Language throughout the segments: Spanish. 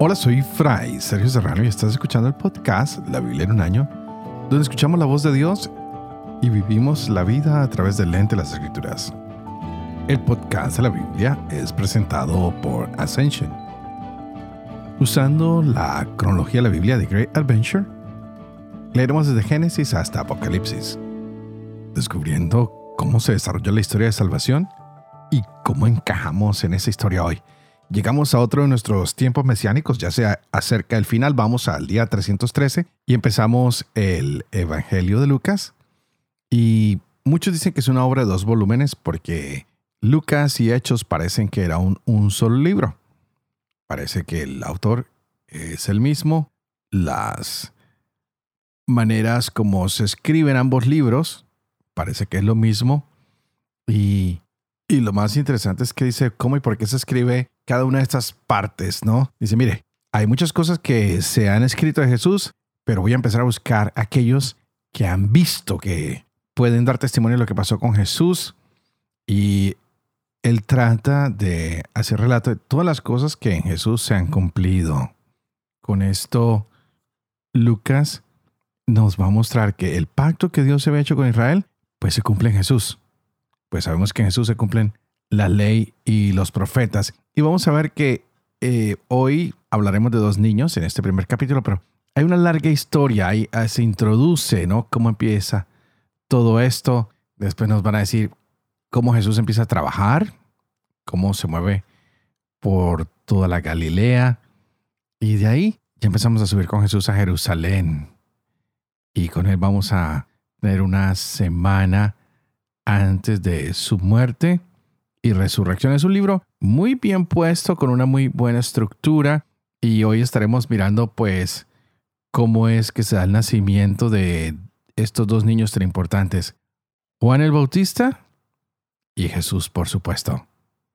Hola, soy Fray Sergio Serrano y estás escuchando el podcast La Biblia en un año, donde escuchamos la voz de Dios y vivimos la vida a través del lente de las Escrituras. El podcast de la Biblia es presentado por Ascension. Usando la cronología de la Biblia de Great Adventure, leeremos desde Génesis hasta Apocalipsis, descubriendo cómo se desarrolló la historia de salvación y cómo encajamos en esa historia hoy. Llegamos a otro de nuestros tiempos mesiánicos, ya sea acerca del final, vamos al día 313 y empezamos el Evangelio de Lucas. Y muchos dicen que es una obra de 2 volúmenes porque Lucas y Hechos parecen que era un solo libro. Parece que el autor es el mismo. Las maneras como se escriben ambos libros parece que es lo mismo. Y lo más interesante es que dice cómo y por qué se escribe cada una de estas partes, ¿no? Dice, mire, hay muchas cosas que se han escrito de Jesús, pero voy a empezar a buscar aquellos que han visto, que pueden dar testimonio de lo que pasó con Jesús. Y él trata de hacer relato de todas las cosas que en Jesús se han cumplido. Con esto, Lucas nos va a mostrar que el pacto que Dios había hecho con Israel, pues se cumple en Jesús. Pues sabemos que en Jesús se cumplen la ley y los profetas. Y vamos a ver que hoy hablaremos de 2 niños en este primer capítulo, pero hay una larga historia, ahí se introduce, ¿no? Cómo empieza todo esto. Después nos van a decir cómo Jesús empieza a trabajar, cómo se mueve por toda la Galilea. Y de ahí ya empezamos a subir con Jesús a Jerusalén. Y con él vamos a tener una semana antes de su muerte y resurrección. Es un libro muy bien puesto, con una muy buena estructura. Y hoy estaremos mirando, pues, cómo es que se da el nacimiento de estos 2 niños tan importantes. Juan el Bautista y Jesús, por supuesto.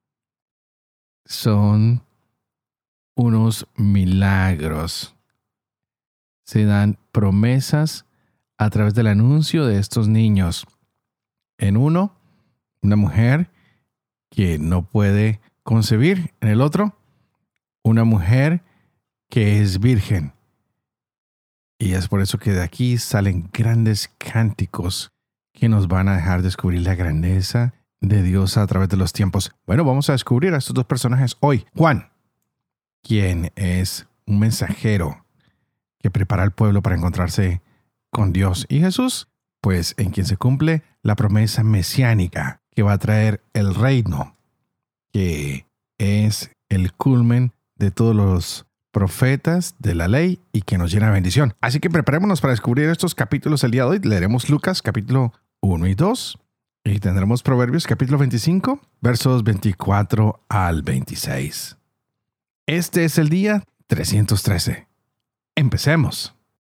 Son unos milagros. Se dan promesas a través del anuncio de estos niños. En uno, una mujer que no puede concebir. En el otro, una mujer que es virgen. Y es por eso que de aquí salen grandes cánticos que nos van a dejar descubrir la grandeza de Dios a través de los tiempos. Bueno, vamos a descubrir a estos 2 personajes hoy. Juan, quien es un mensajero que prepara al pueblo para encontrarse con Dios. Y Jesús, pues en quien se cumple la promesa mesiánica que va a traer el reino, que es el culmen de todos los profetas de la ley y que nos llena de bendición. Así que preparémonos para descubrir estos capítulos el día de hoy. Leeremos Lucas capítulo 1 y 2 y tendremos Proverbios capítulo 25, versos 24 al 26. Este es el día 313. Empecemos.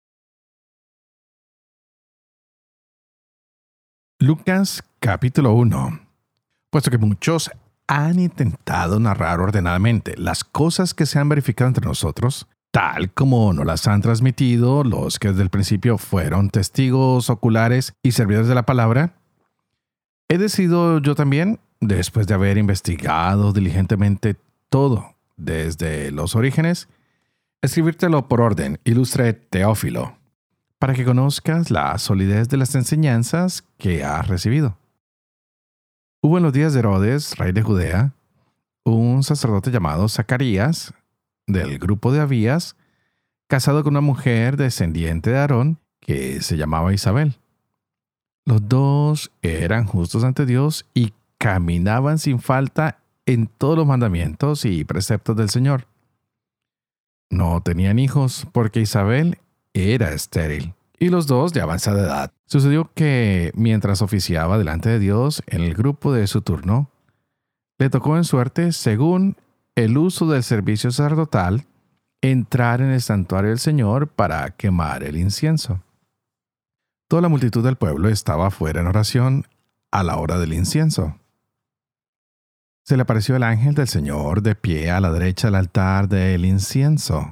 Lucas capítulo 1. Puesto que muchos han intentado narrar ordenadamente las cosas que se han verificado entre nosotros, tal como nos las han transmitido los que desde el principio fueron testigos oculares y servidores de la palabra, he decidido yo también, después de haber investigado diligentemente todo desde los orígenes, escribírtelo por orden, ilustre Teófilo, para que conozcas la solidez de las enseñanzas que has recibido. Hubo en los días de Herodes, rey de Judea, un sacerdote llamado Zacarías, del grupo de Abías, casado con una mujer descendiente de Aarón, que se llamaba Isabel. Los 2 eran justos ante Dios y caminaban sin falta en todos los mandamientos y preceptos del Señor. No tenían hijos porque Isabel era estéril y los 2 de avanzada edad. Sucedió que mientras oficiaba delante de Dios en el grupo de su turno, le tocó en suerte, según el uso del servicio sacerdotal, entrar en el santuario del Señor para quemar el incienso. Toda la multitud del pueblo estaba fuera en oración a la hora del incienso. Se le apareció el ángel del Señor de pie a la derecha del altar del incienso.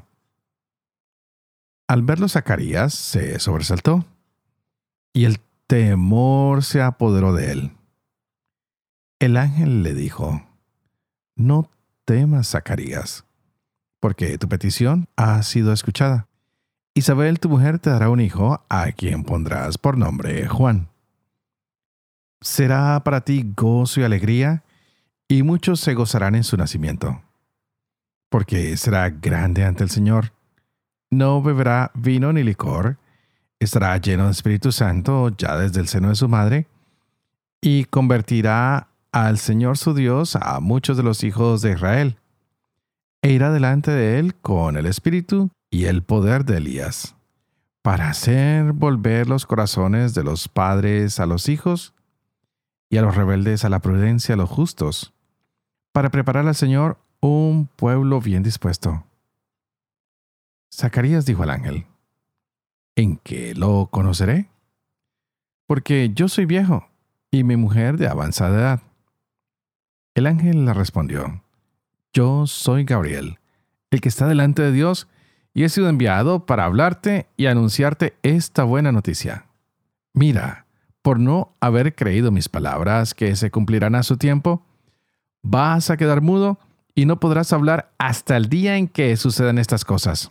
Al verlo, Zacarías se sobresaltó y el temor se apoderó de él. El ángel le dijo: «No temas, Zacarías, porque tu petición ha sido escuchada. Isabel, tu mujer, te dará un hijo, a quien pondrás por nombre Juan. Será para ti gozo y alegría, y muchos se gozarán en su nacimiento, porque será grande ante el Señor. No beberá vino ni licor, estará lleno de Espíritu Santo ya desde el seno de su madre, y convertirá al Señor su Dios a muchos de los hijos de Israel, e irá delante de él con el Espíritu y el poder de Elías, para hacer volver los corazones de los padres a los hijos, y a los rebeldes a la prudencia a los justos, para preparar al Señor un pueblo bien dispuesto. Zacarías dijo al ángel: ¿En qué lo conoceré? Porque yo soy viejo, y mi mujer de avanzada edad. El ángel le respondió: Yo soy Gabriel, el que está delante de Dios, y he sido enviado para hablarte y anunciarte esta buena noticia. Mira, por no haber creído mis palabras que se cumplirán a su tiempo, vas a quedar mudo y no podrás hablar hasta el día en que sucedan estas cosas.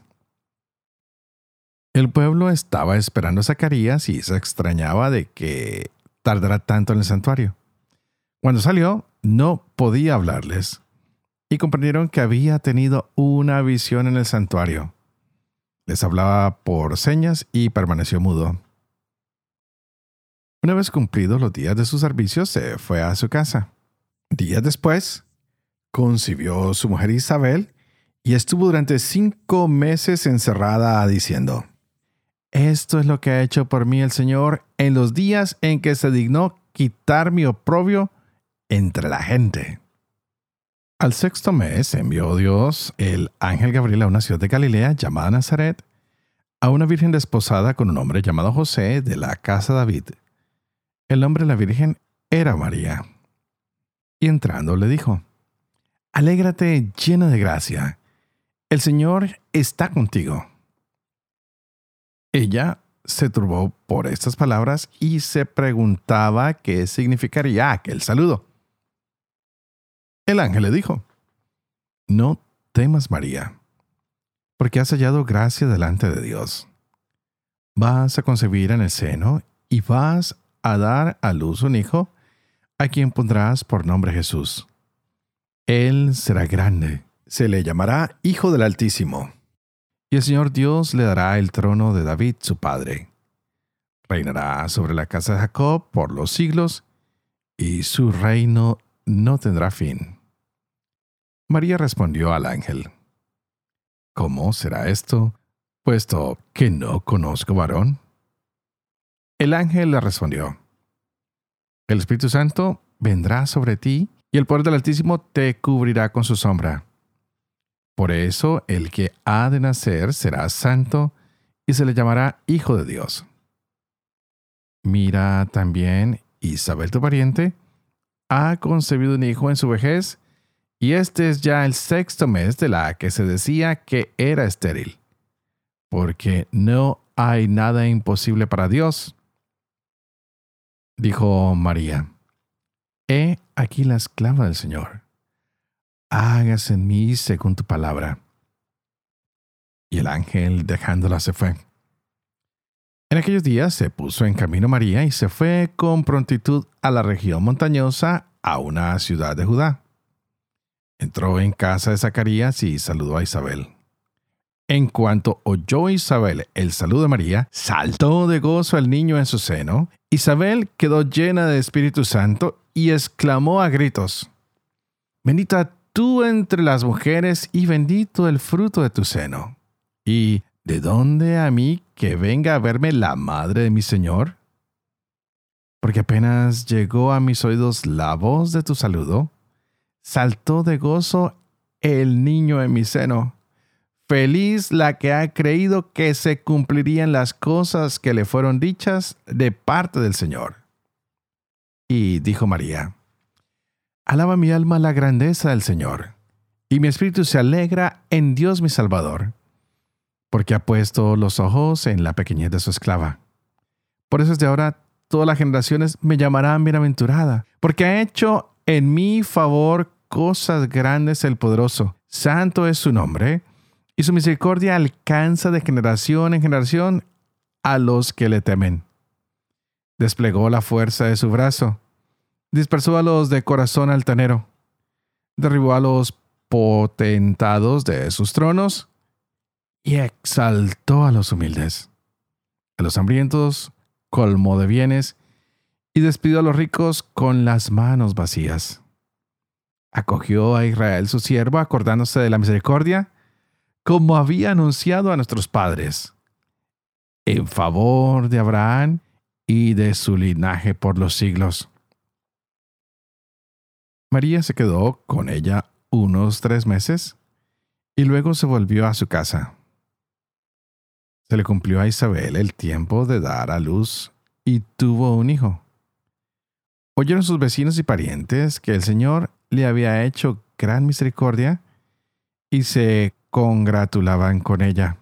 El pueblo estaba esperando a Zacarías y se extrañaba de que tardara tanto en el santuario. Cuando salió, no podía hablarles, y comprendieron que había tenido una visión en el santuario. Les hablaba por señas y permaneció mudo. Una vez cumplidos los días de su servicio, se fue a su casa. Días después, concibió su mujer Isabel y estuvo durante 5 meses encerrada diciendo: Esto es lo que ha hecho por mí el Señor en los días en que se dignó quitar mi oprobio entre la gente. Al 6º mes envió Dios el ángel Gabriel a una ciudad de Galilea llamada Nazaret, a una virgen desposada con un hombre llamado José de la casa de David. El nombre de la virgen era María. Y entrando le dijo: Alégrate, llena de gracia, el Señor está contigo. Ella se turbó por estas palabras y se preguntaba qué significaría aquel saludo. El ángel le dijo: No temas, María, porque has hallado gracia delante de Dios. Vas a concebir en el seno y vas a dar a luz un hijo, a quien pondrás por nombre Jesús. Él será grande, se le llamará Hijo del Altísimo, y el Señor Dios le dará el trono de David su padre. Reinará sobre la casa de Jacob por los siglos, y su reino no tendrá fin. María respondió al ángel: ¿Cómo será esto, puesto que no conozco varón? El ángel le respondió: El Espíritu Santo vendrá sobre ti, y el poder del Altísimo te cubrirá con su sombra. Por eso el que ha de nacer será santo, y se le llamará Hijo de Dios. Mira también, Isabel tu pariente ha concebido un hijo en su vejez, y este es ya el 6º mes de la que se decía que era estéril, porque no hay nada imposible para Dios. Dijo María: He aquí la esclava del Señor. Hágase en mí según tu palabra. Y el ángel, dejándola, se fue. En aquellos días se puso en camino María y se fue con prontitud a la región montañosa, a una ciudad de Judá. Entró en casa de Zacarías y saludó a Isabel. En cuanto oyó Isabel el saludo de María, saltó de gozo el niño en su seno. Isabel quedó llena de Espíritu Santo y exclamó a gritos: Bendita tú entre las mujeres y bendito el fruto de tu seno. ¿Y de dónde a mí que venga a verme la madre de mi Señor? Porque apenas llegó a mis oídos la voz de tu saludo, saltó de gozo el niño en mi seno. Feliz la que ha creído que se cumplirían las cosas que le fueron dichas de parte del Señor. Y dijo María: Alaba mi alma la grandeza del Señor, y mi espíritu se alegra en Dios mi Salvador, porque ha puesto los ojos en la pequeñez de su esclava. Por eso desde ahora todas las generaciones me llamarán bienaventurada, porque ha hecho en mi favor cosas grandes el poderoso. Santo es su nombre, y su misericordia alcanza de generación en generación a los que le temen. Desplegó la fuerza de su brazo, dispersó a los de corazón altanero, derribó a los potentados de sus tronos y exaltó a los humildes. A los hambrientos colmó de bienes y despidió a los ricos con las manos vacías. Acogió a Israel su siervo, acordándose de la misericordia, como había anunciado a nuestros padres, en favor de Abraham y de su linaje por los siglos. María se quedó con ella unos 3 meses y luego se volvió a su casa. Se le cumplió a Isabel el tiempo de dar a luz y tuvo un hijo. Oyeron sus vecinos y parientes que el Señor le había hecho gran misericordia y se congratulaban con ella.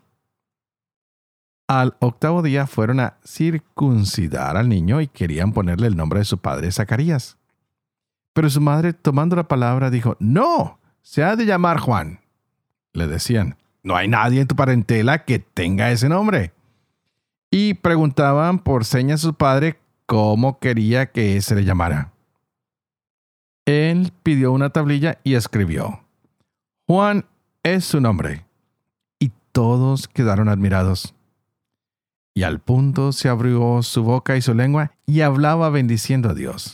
Al 8º día fueron a circuncidar al niño y querían ponerle el nombre de su padre Zacarías. Pero su madre, tomando la palabra, dijo: «No, se ha de llamar Juan». Le decían: «No hay nadie en tu parentela que tenga ese nombre». Y preguntaban por señas a su padre cómo quería que se le llamara. Él pidió una tablilla y escribió: «Juan es su nombre». Y todos quedaron admirados. Y al punto se abrió su boca y su lengua y hablaba bendiciendo a Dios.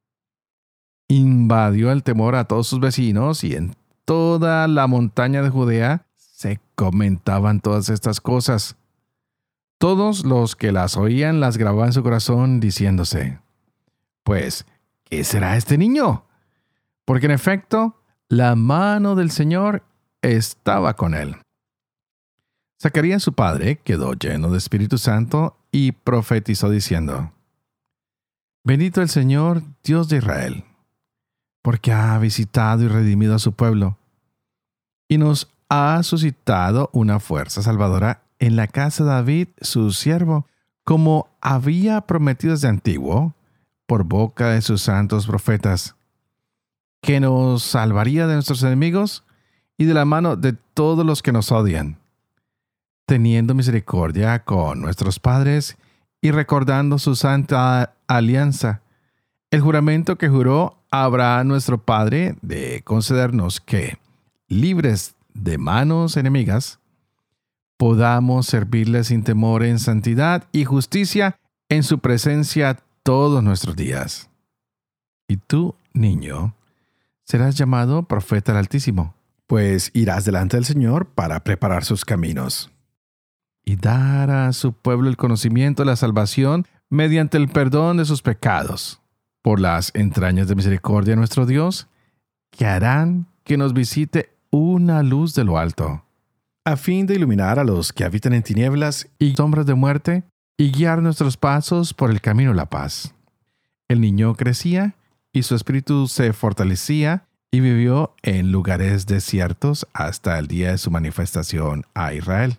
Invadió el temor a todos sus vecinos y en toda la montaña de Judea se comentaban todas estas cosas. Todos los que las oían las grababan en su corazón diciéndose: «Pues, ¿qué será este niño?». Porque en efecto, la mano del Señor estaba con él. Zacarías, su padre, quedó lleno de Espíritu Santo y profetizó diciendo: «Bendito el Señor, Dios de Israel, porque ha visitado y redimido a su pueblo, y nos ha suscitado una fuerza salvadora en la casa de David, su siervo, como había prometido desde antiguo, por boca de sus santos profetas, que nos salvaría de nuestros enemigos y de la mano de todos los que nos odian, teniendo misericordia con nuestros padres y recordando su santa alianza, el juramento que juró a Abraham nuestro padre de concedernos que, libres de manos enemigas, podamos servirle sin temor en santidad y justicia en su presencia todos nuestros días. Y tú, niño, serás llamado profeta del Altísimo, pues irás delante del Señor para preparar sus caminos y dar a su pueblo el conocimiento de la salvación mediante el perdón de sus pecados, por las entrañas de misericordia de nuestro Dios, que harán que nos visite una luz de lo alto, a fin de iluminar a los que habitan en tinieblas y sombras de muerte, y guiar nuestros pasos por el camino de la paz». El niño crecía y su espíritu se fortalecía y vivió en lugares desiertos hasta el día de su manifestación a Israel.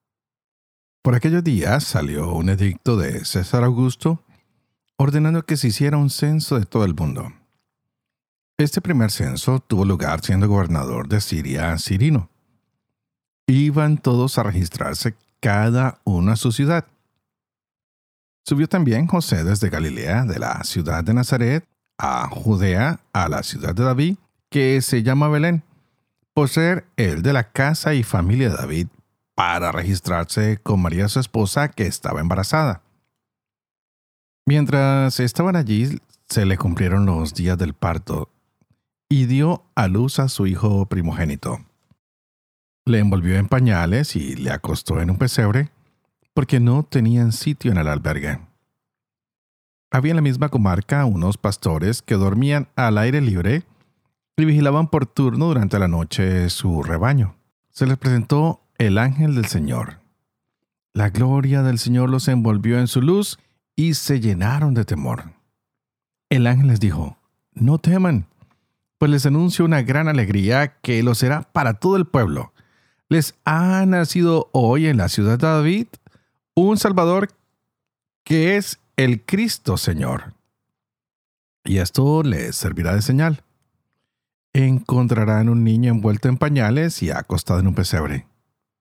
Por aquellos días salió un edicto de César Augusto ordenando que se hiciera un censo de todo el mundo. Este primer censo tuvo lugar siendo gobernador de Siria Cirino. Iban todos a registrarse, cada uno a su ciudad. Subió también José desde Galilea, de la ciudad de Nazaret, a Judea, a la ciudad de David, que se llama Belén, por ser él de la casa y familia de David, para registrarse con María su esposa, que estaba embarazada. Mientras estaban allí, se le cumplieron los días del parto, y dio a luz a su hijo primogénito. Le envolvió en pañales y le acostó en un pesebre, porque no tenían sitio en el albergue. Había en la misma comarca unos pastores que dormían al aire libre y vigilaban por turno durante la noche su rebaño. Se les presentó el ángel del Señor. La gloria del Señor los envolvió en su luz y se llenaron de temor. El ángel les dijo: «No teman, pues les anuncio una gran alegría que lo será para todo el pueblo. Les ha nacido hoy en la ciudad de David un Salvador, que es el Cristo Señor. Y esto les servirá de señal. Encontrarán un niño envuelto en pañales y acostado en un pesebre».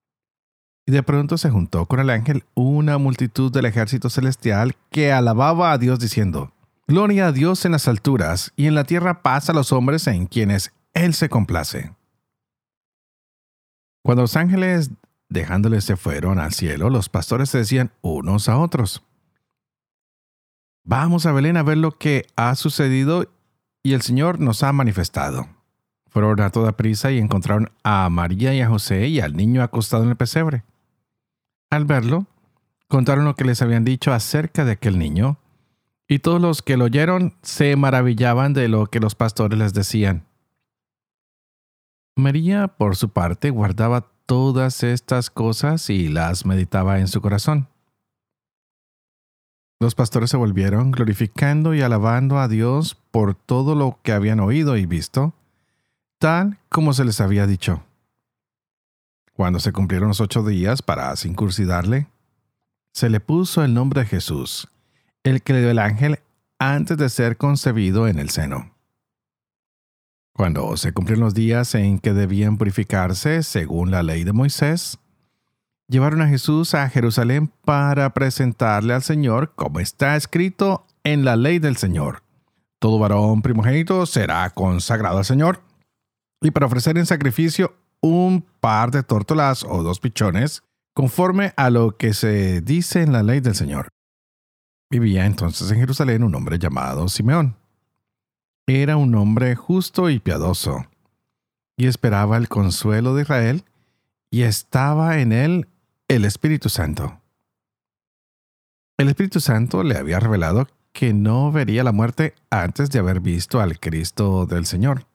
Y de pronto se juntó con el ángel una multitud del ejército celestial que alababa a Dios diciendo: Gloria a Dios en las alturas, y en la tierra paz a los hombres en quienes Él se complace. Cuando los ángeles, dejándoles, se fueron al cielo, los pastores se decían unos a otros: Vamos a Belén a ver lo que ha sucedido y el Señor nos ha manifestado. Fueron a toda prisa y encontraron a María y a José y al niño acostado en el pesebre. Al verlo, contaron lo que les habían dicho acerca de aquel niño, y todos los que lo oyeron se maravillaban de lo que los pastores les decían. María, por su parte, guardaba todas estas cosas y las meditaba en su corazón. Los pastores se volvieron glorificando y alabando a Dios por todo lo que habían oído y visto, tal como se les había dicho. Cuando se cumplieron los 8 días para circuncidarle, se le puso el nombre de Jesús, el que le dio el ángel antes de ser concebido en el seno. Cuando se cumplieron los días en que debían purificarse según la ley de Moisés, llevaron a Jesús a Jerusalén para presentarle al Señor, como está escrito en la ley del Señor. Todo varón primogénito será consagrado al Señor, y para ofrecer en sacrificio un par de tórtolas o 2 pichones, conforme a lo que se dice en la ley del Señor. Vivía entonces en Jerusalén un hombre llamado Simeón. Era un hombre justo y piadoso, y esperaba el consuelo de Israel, y estaba en él el Espíritu Santo. El Espíritu Santo le había revelado que no vería la muerte antes de haber visto al Cristo del Señor.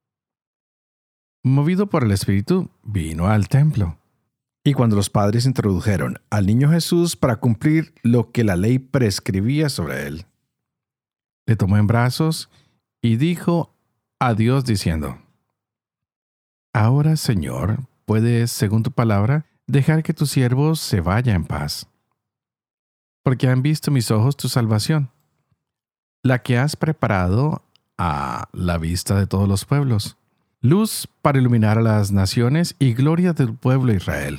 Movido por el Espíritu, vino al templo. Y cuando los padres introdujeron al niño Jesús para cumplir lo que la ley prescribía sobre él, le tomó en brazos y dijo a Dios diciendo: Ahora, Señor, puedes, según tu palabra, dejar que tu siervo se vaya en paz. Porque han visto mis ojos tu salvación, la que has preparado a la vista de todos los pueblos, luz para iluminar a las naciones y gloria del pueblo Israel.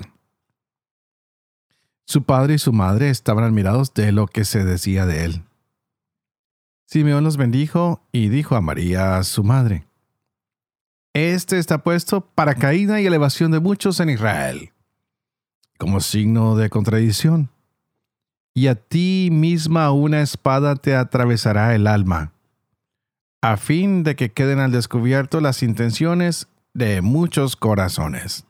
Su padre y su madre estaban admirados de lo que se decía de él. Simeón los bendijo y dijo a María, su madre: Este está puesto para caída y elevación de muchos en Israel, como signo de contradicción. Y a ti misma una espada te atravesará el alma, a fin de que queden al descubierto las intenciones de muchos corazones.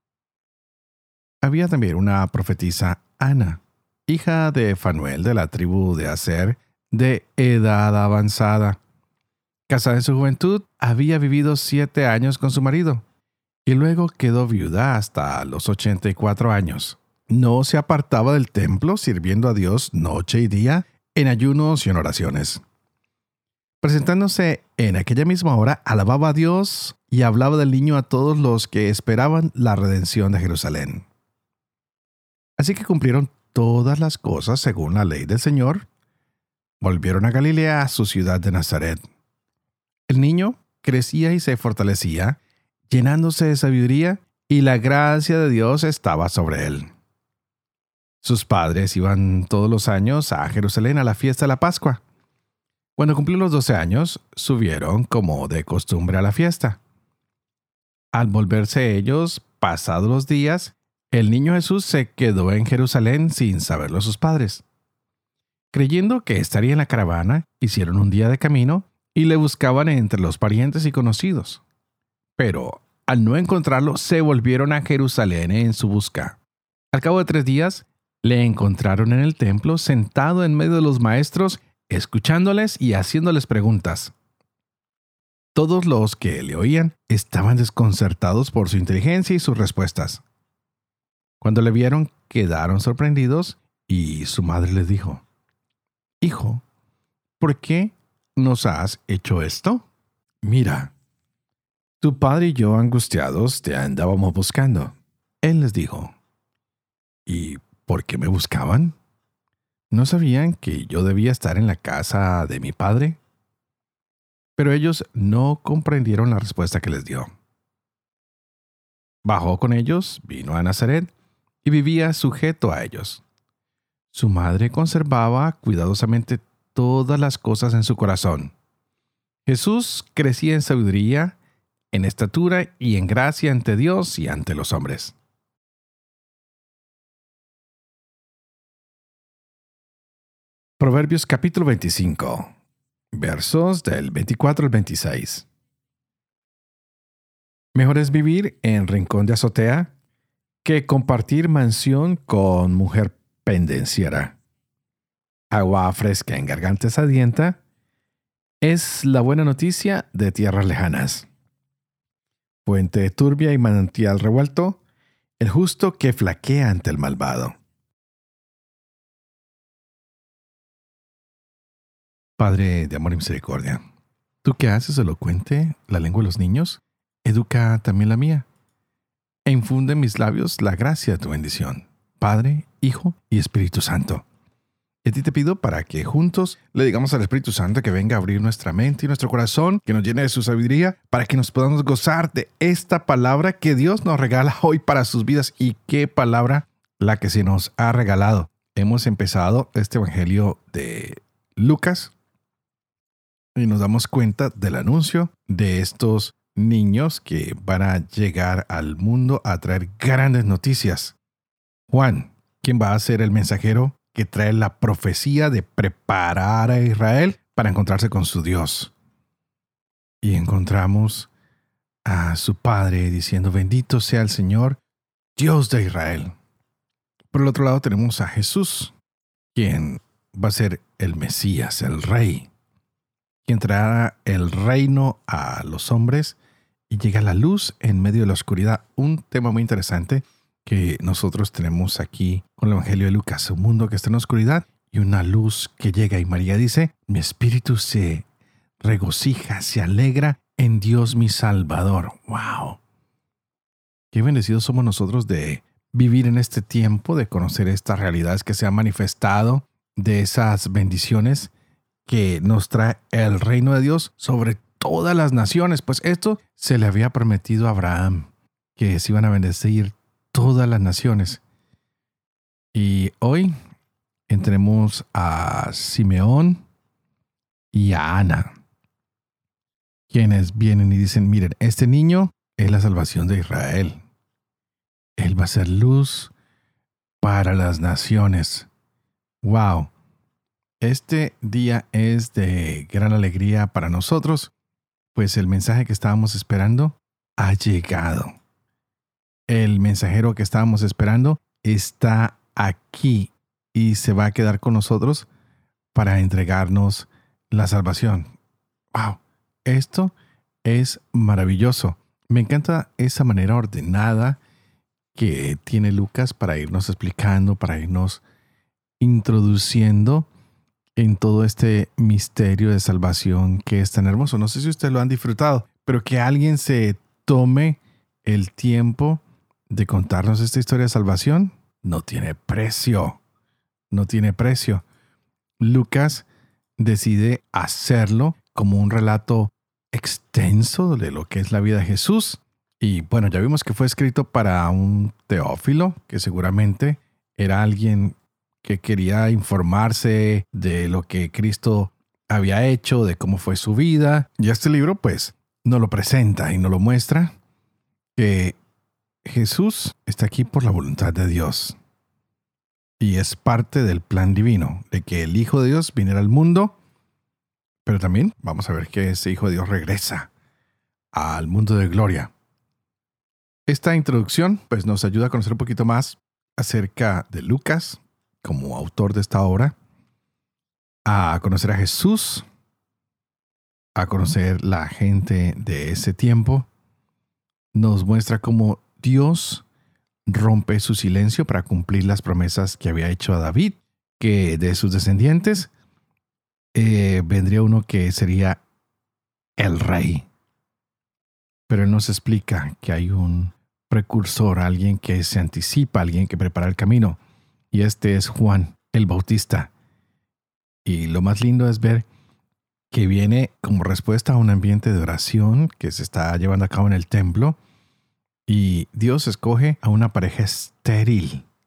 Había también una profetisa, Ana, hija de Fanuel de la tribu de Aser, de edad avanzada. Casada en su juventud, había vivido 7 años con su marido, y luego quedó viuda hasta los 84 años. No se apartaba del templo, sirviendo a Dios noche y día, en ayunos y en oraciones. Presentándose en aquella misma hora, alababa a Dios y hablaba del niño a todos los que esperaban la redención de Jerusalén. Así que cumplieron todas las cosas según la ley del Señor. Volvieron a Galilea, a su ciudad de Nazaret. El niño crecía y se fortalecía, llenándose de sabiduría, y la gracia de Dios estaba sobre él. Sus padres iban todos los años a Jerusalén a la fiesta de la Pascua. Cuando cumplió los 12 años, subieron como de costumbre a la fiesta. Al volverse ellos, pasados los días, el niño Jesús se quedó en Jerusalén sin saberlo sus padres. Creyendo que estaría en la caravana, hicieron un día de camino y le buscaban entre los parientes y conocidos. Pero al no encontrarlo, se volvieron a Jerusalén en su busca. Al cabo de 3 días, le encontraron en el templo, sentado en medio de los maestros, escuchándoles y haciéndoles preguntas. Todos los que le oían estaban desconcertados por su inteligencia y sus respuestas. Cuando le vieron, quedaron sorprendidos, y su madre les dijo: Hijo, ¿por qué nos has hecho esto? Mira, tu padre y yo, angustiados, te andábamos buscando. Él les dijo: ¿Y por qué me buscaban? ¿No sabían que yo debía estar en la casa de mi padre? Pero ellos no comprendieron la respuesta que les dio. Bajó con ellos, vino a Nazaret, y vivía sujeto a ellos. Su madre conservaba cuidadosamente todas las cosas en su corazón. Jesús crecía en sabiduría, en estatura y en gracia ante Dios y ante los hombres. Proverbios capítulo 25, versos del 24 al 26. Mejor es vivir en rincón de azotea que compartir mansión con mujer pendenciera. Agua fresca en garganta sedienta es la buena noticia de tierras lejanas. Fuente turbia y manantial revuelto, el justo que flaquea ante el malvado. Padre de amor y misericordia, tú que haces elocuente la lengua de los niños, educa también la mía, e infunde en mis labios la gracia de tu bendición, Padre, Hijo y Espíritu Santo. Y a ti te pido para que juntos le digamos al Espíritu Santo que venga a abrir nuestra mente y nuestro corazón, que nos llene de su sabiduría, para que nos podamos gozar de esta palabra que Dios nos regala hoy para sus vidas. Y qué palabra la que se nos ha regalado. Hemos empezado este evangelio de Lucas y nos damos cuenta del anuncio de estos niños que van a llegar al mundo a traer grandes noticias. Juan, ¿quién va a ser el mensajero que trae la profecía de preparar a Israel para encontrarse con su Dios? Y encontramos a su padre diciendo: bendito sea el Señor, Dios de Israel. Por el otro lado tenemos a Jesús, quien va a ser el Mesías, el Rey, quien traerá el reino a los hombres y llega la luz en medio de la oscuridad. Un tema muy interesante que nosotros tenemos aquí con el Evangelio de Lucas, un mundo que está en oscuridad y una luz que llega. Y María dice: mi espíritu se regocija, se alegra en Dios mi Salvador. ¡Wow! Qué bendecidos somos nosotros de vivir en este tiempo, de conocer estas realidades que se han manifestado, de esas bendiciones que nos trae el reino de Dios sobre todas las naciones. Pues esto se le había prometido a Abraham, que se iban a bendecir todas las naciones. Y hoy entremos a Simeón y a Ana, quienes vienen y dicen: miren, este niño es la salvación de Israel. Él va a ser luz para las naciones. ¡Wow! Este día es de gran alegría para nosotros, pues el mensaje que estábamos esperando ha llegado. El mensajero que estábamos esperando está aquí y se va a quedar con nosotros para entregarnos la salvación. ¡Wow! Esto es maravilloso. Me encanta esa manera ordenada que tiene Lucas para irnos explicando, para irnos introduciendo en todo este misterio de salvación que es tan hermoso. No sé si ustedes lo han disfrutado, pero que alguien se tome el tiempo de contarnos esta historia de salvación no tiene precio. No tiene precio. Lucas decide hacerlo como un relato extenso de lo que es la vida de Jesús. Y bueno, ya vimos que fue escrito para un Teófilo, que seguramente era alguien que quería informarse de lo que Cristo había hecho, de cómo fue su vida. Y este libro pues nos lo presenta y nos lo muestra que Jesús está aquí por la voluntad de Dios. Y es parte del plan divino de que el Hijo de Dios viniera al mundo. Pero también vamos a ver que ese Hijo de Dios regresa al mundo de gloria. Esta introducción pues nos ayuda a conocer un poquito más acerca de Lucas como autor de esta obra, a conocer a Jesús, a conocer la gente de ese tiempo. Nos muestra cómo Dios rompe su silencio para cumplir las promesas que había hecho a David, que de sus descendientes vendría uno que sería el rey. Pero él nos explica que hay un precursor, alguien que se anticipa, alguien que prepara el camino. Y este es Juan el Bautista. Y lo más lindo es ver que viene como respuesta a un ambiente de oración que se está llevando a cabo en el templo. Y Dios escoge a una pareja estéril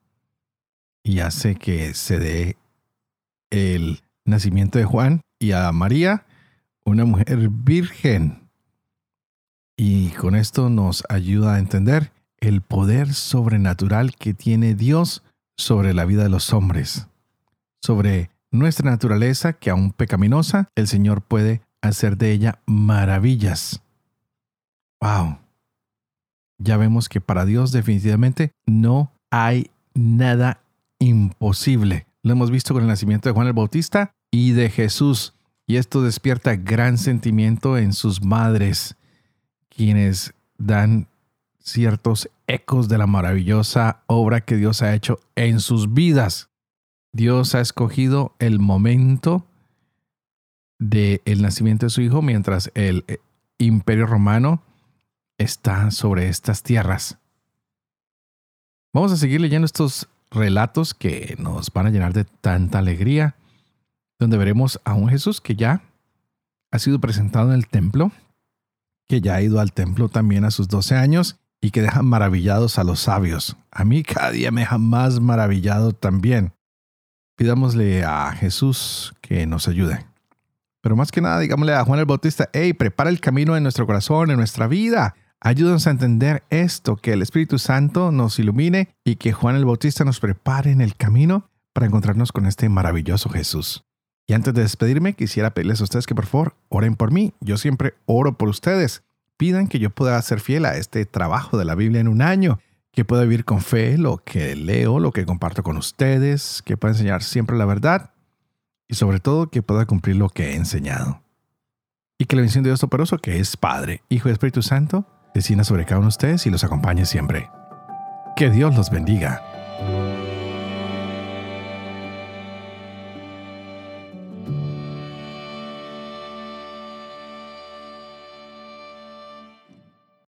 y hace que se dé el nacimiento de Juan y a María, una mujer virgen. Y con esto nos ayuda a entender el poder sobrenatural que tiene Dios sobre la vida de los hombres, sobre nuestra naturaleza que aún pecaminosa, el Señor puede hacer de ella maravillas. ¡Wow! Ya vemos que para Dios definitivamente no hay nada imposible. Lo hemos visto con el nacimiento de Juan el Bautista y de Jesús. Y esto despierta gran sentimiento en sus madres, quienes dan ciertos ecos de la maravillosa obra que Dios ha hecho en sus vidas. Dios ha escogido el momento del nacimiento de su Hijo mientras el Imperio Romano está sobre estas tierras. Vamos a seguir leyendo estos relatos que nos van a llenar de tanta alegría, donde veremos a un Jesús que ya ha sido presentado en el templo, que ya ha ido al templo también a sus 12 años y que deja maravillados a los sabios. A mí cada día me deja más maravillado también. Pidámosle a Jesús que nos ayude. Pero más que nada, digámosle a Juan el Bautista, hey, prepara el camino en nuestro corazón, en nuestra vida. Ayúdanos a entender esto, que el Espíritu Santo nos ilumine y que Juan el Bautista nos prepare en el camino para encontrarnos con este maravilloso Jesús. Y antes de despedirme, quisiera pedirles a ustedes que por favor oren por mí. Yo siempre oro por ustedes. Pidan que yo pueda ser fiel a este trabajo de la Biblia en un año, que pueda vivir con fe lo que leo, lo que comparto con ustedes, que pueda enseñar siempre la verdad y sobre todo que pueda cumplir lo que he enseñado. Y que la bendición de Dios Todopoderoso, que es Padre, Hijo y Espíritu Santo, descienda sobre cada uno de ustedes y los acompañe siempre. Que Dios los bendiga.